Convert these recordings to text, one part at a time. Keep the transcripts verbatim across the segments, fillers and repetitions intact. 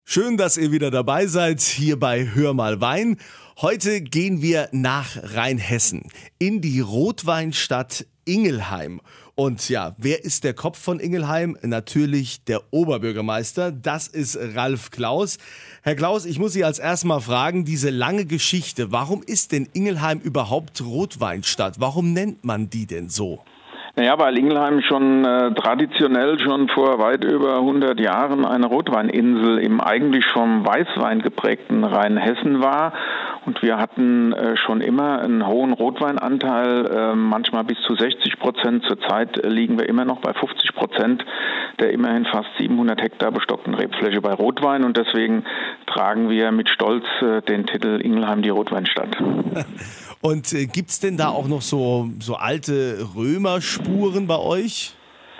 Schön, dass ihr wieder dabei seid, hier bei Hör mal Wein. Heute gehen wir nach Rheinhessen, in die Rotweinstadt Ingelheim. Und ja, wer ist der Kopf von Ingelheim? Natürlich der Oberbürgermeister, das ist Ralf Klaus. Herr Klaus, ich muss Sie als erstes mal fragen, diese lange Geschichte, warum ist denn Ingelheim überhaupt Rotweinstadt? Warum nennt man die denn so? Naja, weil Ingelheim schon äh, traditionell schon vor weit über hundert Jahren eine Rotweininsel im eigentlich vom Weißwein geprägten Rheinhessen war. Und wir hatten äh, schon immer einen hohen Rotweinanteil, äh, manchmal bis zu sechzig Prozent. Zurzeit äh, liegen wir immer noch bei fünfzig Prozent der immerhin fast siebenhundert Hektar bestockten Rebfläche bei Rotwein. Und deswegen tragen wir mit Stolz äh, den Titel Ingelheim, die Rotweinstadt. Und äh, gibt es denn da auch noch so, so alte Römerspuren bei euch?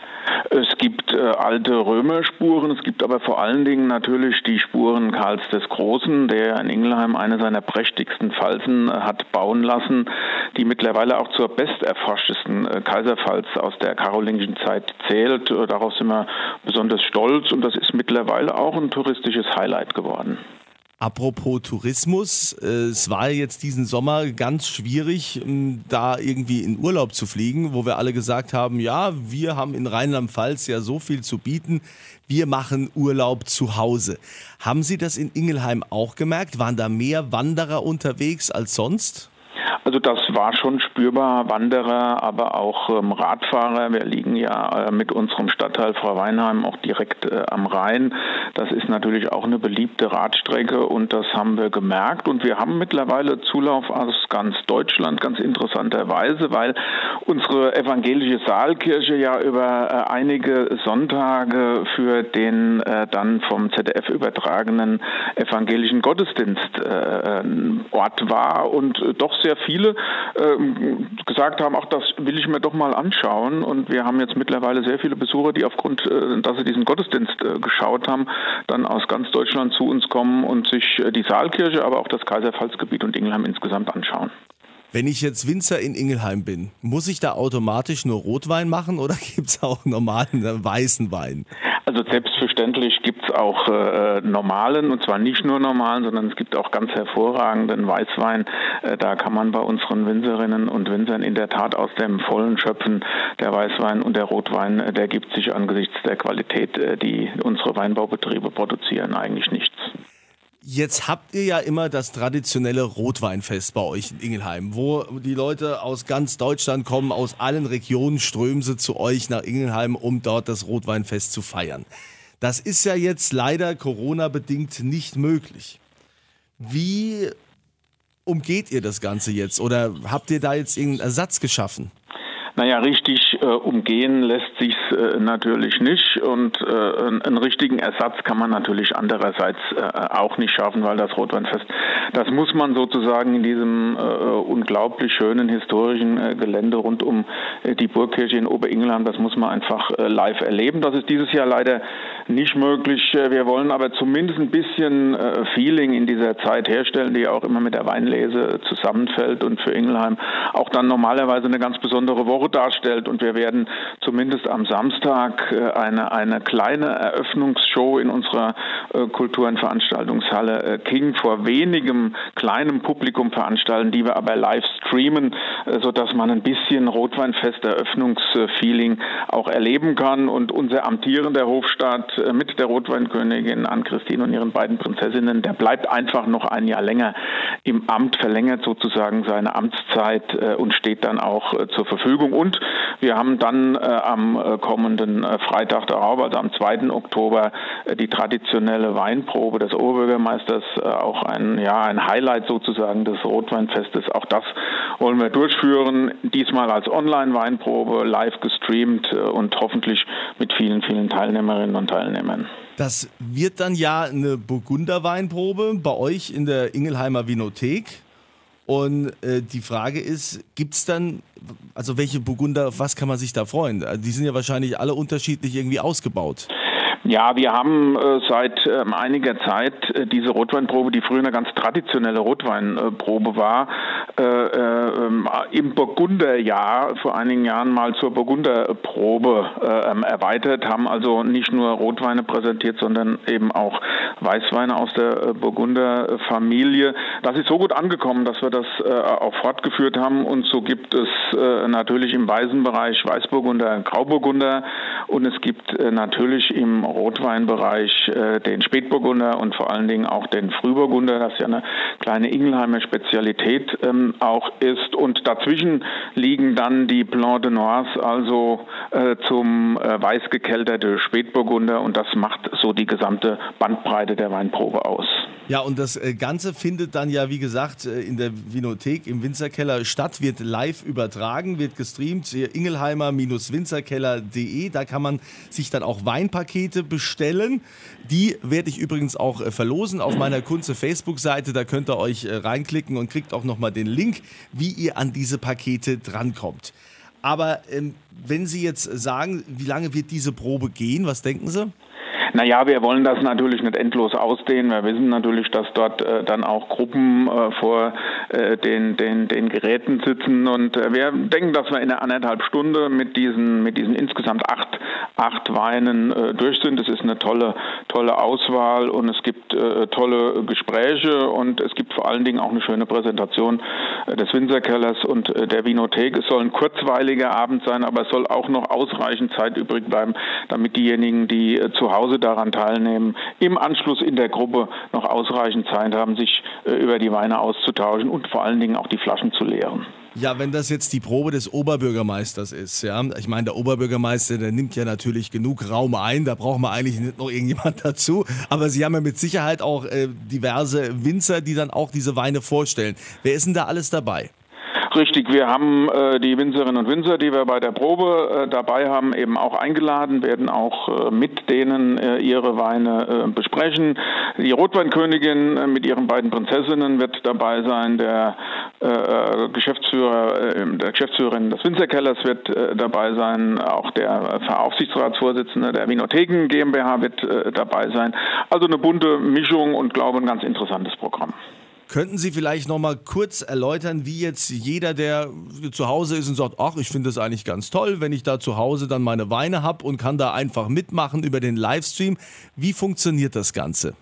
Es gibt äh, alte Römerspuren, es gibt aber vor allen Dingen natürlich die Spuren Karls des Großen, der in Ingelheim eine seiner prächtigsten Pfalzen äh, hat bauen lassen, die mittlerweile auch zur besterforschtesten äh, Kaiserpfalz aus der karolingischen Zeit zählt. Äh, darauf sind wir besonders stolz und das ist mittlerweile auch ein touristisches Highlight geworden. Apropos Tourismus, es war jetzt diesen Sommer ganz schwierig, da irgendwie in Urlaub zu fliegen, wo wir alle gesagt haben, ja, wir haben in Rheinland-Pfalz ja so viel zu bieten, wir machen Urlaub zu Hause. Haben Sie das in Ingelheim auch gemerkt? Waren da mehr Wanderer unterwegs als sonst? Also das war schon spürbar, Wanderer, aber auch ähm, Radfahrer. Wir liegen ja äh, mit unserem Stadtteil Frauweinheim auch direkt äh, am Rhein. Das ist natürlich auch eine beliebte Radstrecke und das haben wir gemerkt. Und wir haben mittlerweile Zulauf aus ganz Deutschland, ganz interessanterweise, weil unsere evangelische Saalkirche ja über äh, einige Sonntage für den äh, dann vom Z D F übertragenen evangelischen Gottesdienst äh, Ort war und äh, doch sehr viel Viele äh, gesagt haben, ach, das will ich mir doch mal anschauen. Und wir haben jetzt mittlerweile sehr viele Besucher, die aufgrund, äh, dass sie diesen Gottesdienst äh, geschaut haben, dann aus ganz Deutschland zu uns kommen und sich äh, die Saalkirche, aber auch das Kaiserpfalzgebiet und Ingelheim insgesamt anschauen. Wenn ich jetzt Winzer in Ingelheim bin, muss ich da automatisch nur Rotwein machen oder gibt es auch normalen äh, weißen Wein? Also selbstverständlich gibt es auch äh, normalen, und zwar nicht nur normalen, sondern es gibt auch ganz hervorragenden Weißwein. Äh, da kann man bei unseren Winzerinnen und Winzern in der Tat aus dem Vollen schöpfen. Der Weißwein und der Rotwein, äh, der gibt sich angesichts der Qualität, äh, die unsere Weinbaubetriebe produzieren, eigentlich nichts. Jetzt habt ihr ja immer das traditionelle Rotweinfest bei euch in Ingelheim, wo die Leute aus ganz Deutschland kommen, aus allen Regionen strömen sie zu euch nach Ingelheim, um dort das Rotweinfest zu feiern. Das ist ja jetzt leider Corona-bedingt nicht möglich. Wie umgeht ihr das Ganze jetzt oder habt ihr da jetzt irgendeinen Ersatz geschaffen? Naja, richtig äh, umgehen lässt sich äh, natürlich nicht und äh, einen richtigen Ersatz kann man natürlich andererseits äh, auch nicht schaffen, weil das Rotweinfest, das muss man sozusagen in diesem äh, unglaublich schönen historischen äh, Gelände rund um äh, die Burgkirche in Oberingelheim, das muss man einfach äh, live erleben. Das ist dieses Jahr leider nicht möglich. Wir wollen aber zumindest ein bisschen äh, Feeling in dieser Zeit herstellen, die auch immer mit der Weinlese zusammenfällt und für Ingelheim auch dann normalerweise eine ganz besondere Woche darstellt. Und wir werden zumindest am Samstag äh, eine, eine kleine Eröffnungsshow in unserer äh, Kultur- und Veranstaltungshalle äh, King vor wenigem kleinem Publikum veranstalten, die wir aber live streamen, äh, sodass man ein bisschen Rotweinfest-Eröffnungsfeeling auch erleben kann. Und unser amtierender Hofstaat äh, mit der Rotweinkönigin Ann-Christine und ihren beiden Prinzessinnen, der bleibt einfach noch ein Jahr länger im Amt, verlängert sozusagen seine Amtszeit äh, und steht dann auch äh, zur Verfügung. Und wir haben dann äh, am äh, kommenden äh, Freitag darauf, also am zweiten Oktober, äh, die traditionelle Weinprobe des Oberbürgermeisters, äh, auch ein, ja, ein Highlight sozusagen des Rotweinfestes. Auch das wollen wir durchführen, diesmal als Online-Weinprobe, live gestreamt äh, und hoffentlich mit vielen, vielen Teilnehmerinnen und Teilnehmern. Das wird dann ja eine Burgunder-Weinprobe bei euch in der Ingelheimer Winothek. Und äh, die Frage ist, gibt es dann, also welche Burgunder, auf was kann man sich da freuen? Die sind ja wahrscheinlich alle unterschiedlich irgendwie ausgebaut. Ja, wir haben äh, seit ähm, einiger Zeit äh, diese Rotweinprobe, die früher eine ganz traditionelle Rotweinprobe war, äh, äh, im Burgunderjahr vor einigen Jahren mal zur Burgunderprobe äh, erweitert, haben also nicht nur Rotweine präsentiert, sondern eben auch Weißweine aus der Burgunderfamilie. Das ist so gut angekommen, dass wir das äh, auch fortgeführt haben, und so gibt es äh, natürlich im Weißenbereich Weißburgunder, Grauburgunder, und es gibt äh, natürlich im Rotweinbereich äh, den Spätburgunder und vor allen Dingen auch den Frühburgunder, das ja eine kleine Ingelheimer Spezialität ähm, auch ist, und dazwischen liegen dann die Blanc de Noirs, also äh, zum äh, weiß gekelterte Spätburgunder, und das macht so die gesamte Bandbreite der Weinprobe aus. Ja, und das Ganze findet dann ja, wie gesagt, in der Vinothek im Winzerkeller statt, wird live übertragen, wird gestreamt, ingelheimer winzerkeller punkt de, da kann man sich dann auch Weinpakete bestellen. Die werde ich übrigens auch verlosen auf meiner Kunze Facebook-Seite, da könnt ihr euch reinklicken und kriegt auch nochmal den Link, wie ihr an diese Pakete drankommt. Aber ähm, wenn Sie jetzt sagen, wie lange wird diese Probe gehen, was denken Sie? Naja, wir wollen das natürlich nicht endlos ausdehnen. Wir wissen natürlich, dass dort äh, dann auch Gruppen äh, vor äh, den, den, den Geräten sitzen, und äh, wir denken, dass wir in einer anderthalb Stunde mit diesen, mit diesen insgesamt acht, acht Weinen äh, durch sind. Es ist eine tolle, tolle Auswahl, und es gibt äh, tolle Gespräche, und es gibt vor allen Dingen auch eine schöne Präsentation äh, des Winzerkellers und äh, der Vinothek. Es soll ein kurzweiliger Abend sein, aber es soll auch noch ausreichend Zeit übrig bleiben, damit diejenigen, die äh, zu Hause daran teilnehmen, im Anschluss in der Gruppe noch ausreichend Zeit haben, sich äh, über die Weine auszutauschen und vor allen Dingen auch die Flaschen zu leeren. Ja, wenn das jetzt die Probe des Oberbürgermeisters ist, ja, ich meine, der Oberbürgermeister, der nimmt ja natürlich genug Raum ein, da braucht man eigentlich nicht noch irgendjemand dazu, aber Sie haben ja mit Sicherheit auch äh, diverse Winzer, die dann auch diese Weine vorstellen. Wer ist denn da alles dabei? Richtig, wir haben äh, die Winzerinnen und Winzer, die wir bei der Probe äh, dabei haben, eben auch eingeladen, werden auch äh, mit denen äh, ihre Weine äh, besprechen. Die Rotweinkönigin äh, mit ihren beiden Prinzessinnen wird dabei sein, der äh, Geschäftsführer, äh, der Geschäftsführerin des Winzerkellers wird äh, dabei sein, auch der Veraufsichtsratsvorsitzende der Vinotheken GmbH wird äh, dabei sein. Also eine bunte Mischung und, glaube ich, ein ganz interessantes Programm. Könnten Sie vielleicht noch mal kurz erläutern, wie jetzt jeder, der zu Hause ist und sagt, ach, ich finde das eigentlich ganz toll, wenn ich da zu Hause dann meine Weine habe und kann da einfach mitmachen über den Livestream. Wie funktioniert das Ganze?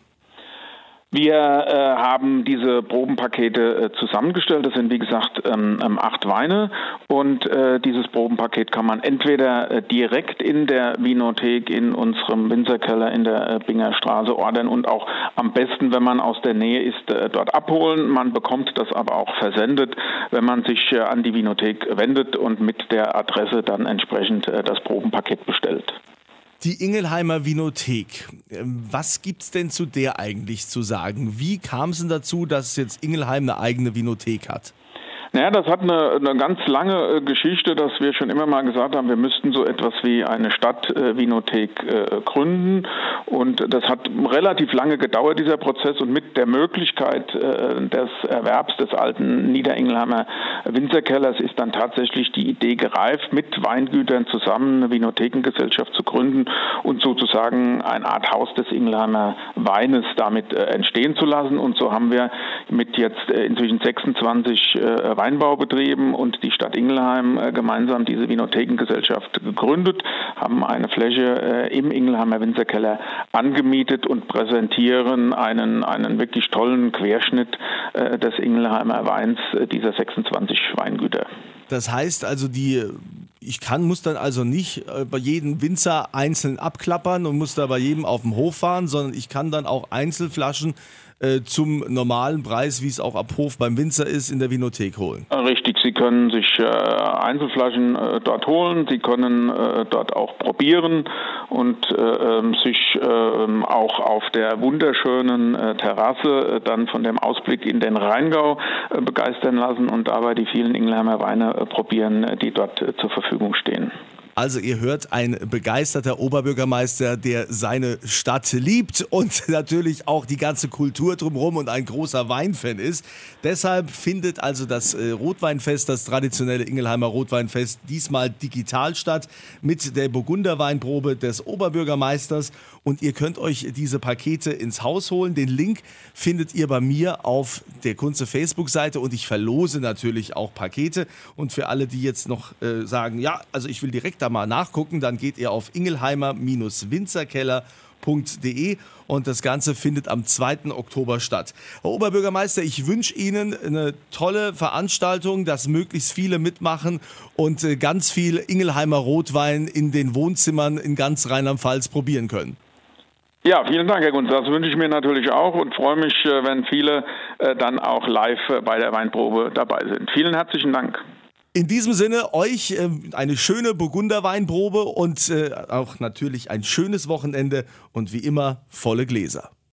Wir äh, haben diese Probenpakete äh, zusammengestellt. Das sind, wie gesagt, ähm, ähm, acht Weine, und äh, dieses Probenpaket kann man entweder äh, direkt in der Vinothek in unserem Winzerkeller in der äh, Bingerstraße ordern und auch am besten, wenn man aus der Nähe ist, äh, dort abholen. Man bekommt das aber auch versendet, wenn man sich äh, an die Vinothek wendet und mit der Adresse dann entsprechend äh, das Probenpaket bestellt. Die Ingelheimer Vinothek, was gibt's denn zu der eigentlich zu sagen? Wie kam es denn dazu, dass jetzt Ingelheim eine eigene Vinothek hat? Naja, das hat eine, eine ganz lange Geschichte, dass wir schon immer mal gesagt haben, wir müssten so etwas wie eine Stadtvinothek äh, gründen. Und das hat relativ lange gedauert, dieser Prozess. Und mit der Möglichkeit äh, des Erwerbs des alten Niederingelheimer Winzerkellers ist dann tatsächlich die Idee gereift, mit Weingütern zusammen eine Vinothekengesellschaft zu gründen und sozusagen eine Art Haus des Ingelheimer Weines damit äh, entstehen zu lassen. Und so haben wir mit jetzt äh, inzwischen sechsundzwanzig äh, Weinbaubetrieben und die Stadt Ingelheim äh, gemeinsam diese Vinothekengesellschaft gegründet, haben eine Fläche äh, im Ingelheimer Winzerkeller angemietet und präsentieren einen, einen wirklich tollen Querschnitt äh, des Ingelheimer Weins äh, dieser sechsundzwanzig Weingüter. Das heißt also, die ich kann, muss dann also nicht äh, bei jedem Winzer einzeln abklappern und muss da bei jedem auf dem Hof fahren, sondern ich kann dann auch Einzelflaschen äh, zum normalen Preis, wie es auch ab Hof beim Winzer ist, in der Vinothek holen. Richtig, Sie können sich äh, Einzelflaschen äh, dort holen, Sie können äh, dort auch probieren und äh, sich äh, auch auf der wunderschönen äh, Terrasse äh, dann von dem Ausblick in den Rheingau äh, begeistern lassen und dabei die vielen Ingelheimer Weine äh, probieren, die dort äh, zur Verfügung stehen. Also ihr hört, ein begeisterter Oberbürgermeister, der seine Stadt liebt und natürlich auch die ganze Kultur drumherum und ein großer Weinfan ist. Deshalb findet also das äh, Rotweinfest, das traditionelle Ingelheimer Rotweinfest, diesmal digital statt mit der Burgunderweinprobe des Oberbürgermeisters. Und ihr könnt euch diese Pakete ins Haus holen. Den Link findet ihr bei mir auf der Kunze Facebook-Seite und ich verlose natürlich auch Pakete. Und für alle, die jetzt noch äh, sagen, ja, also ich will direkt da mal nachgucken, dann geht ihr auf ingelheimer Winzerkeller punkt de und das Ganze findet am zweiten Oktober statt. Herr Oberbürgermeister, ich wünsche Ihnen eine tolle Veranstaltung, dass möglichst viele mitmachen und äh, ganz viel Ingelheimer Rotwein in den Wohnzimmern in ganz Rheinland-Pfalz probieren können. Ja, vielen Dank, Herr Gunz. Das wünsche ich mir natürlich auch und freue mich, wenn viele dann auch live bei der Weinprobe dabei sind. Vielen herzlichen Dank. In diesem Sinne, euch äh, eine schöne Burgunderweinprobe und äh, auch natürlich ein schönes Wochenende und wie immer volle Gläser.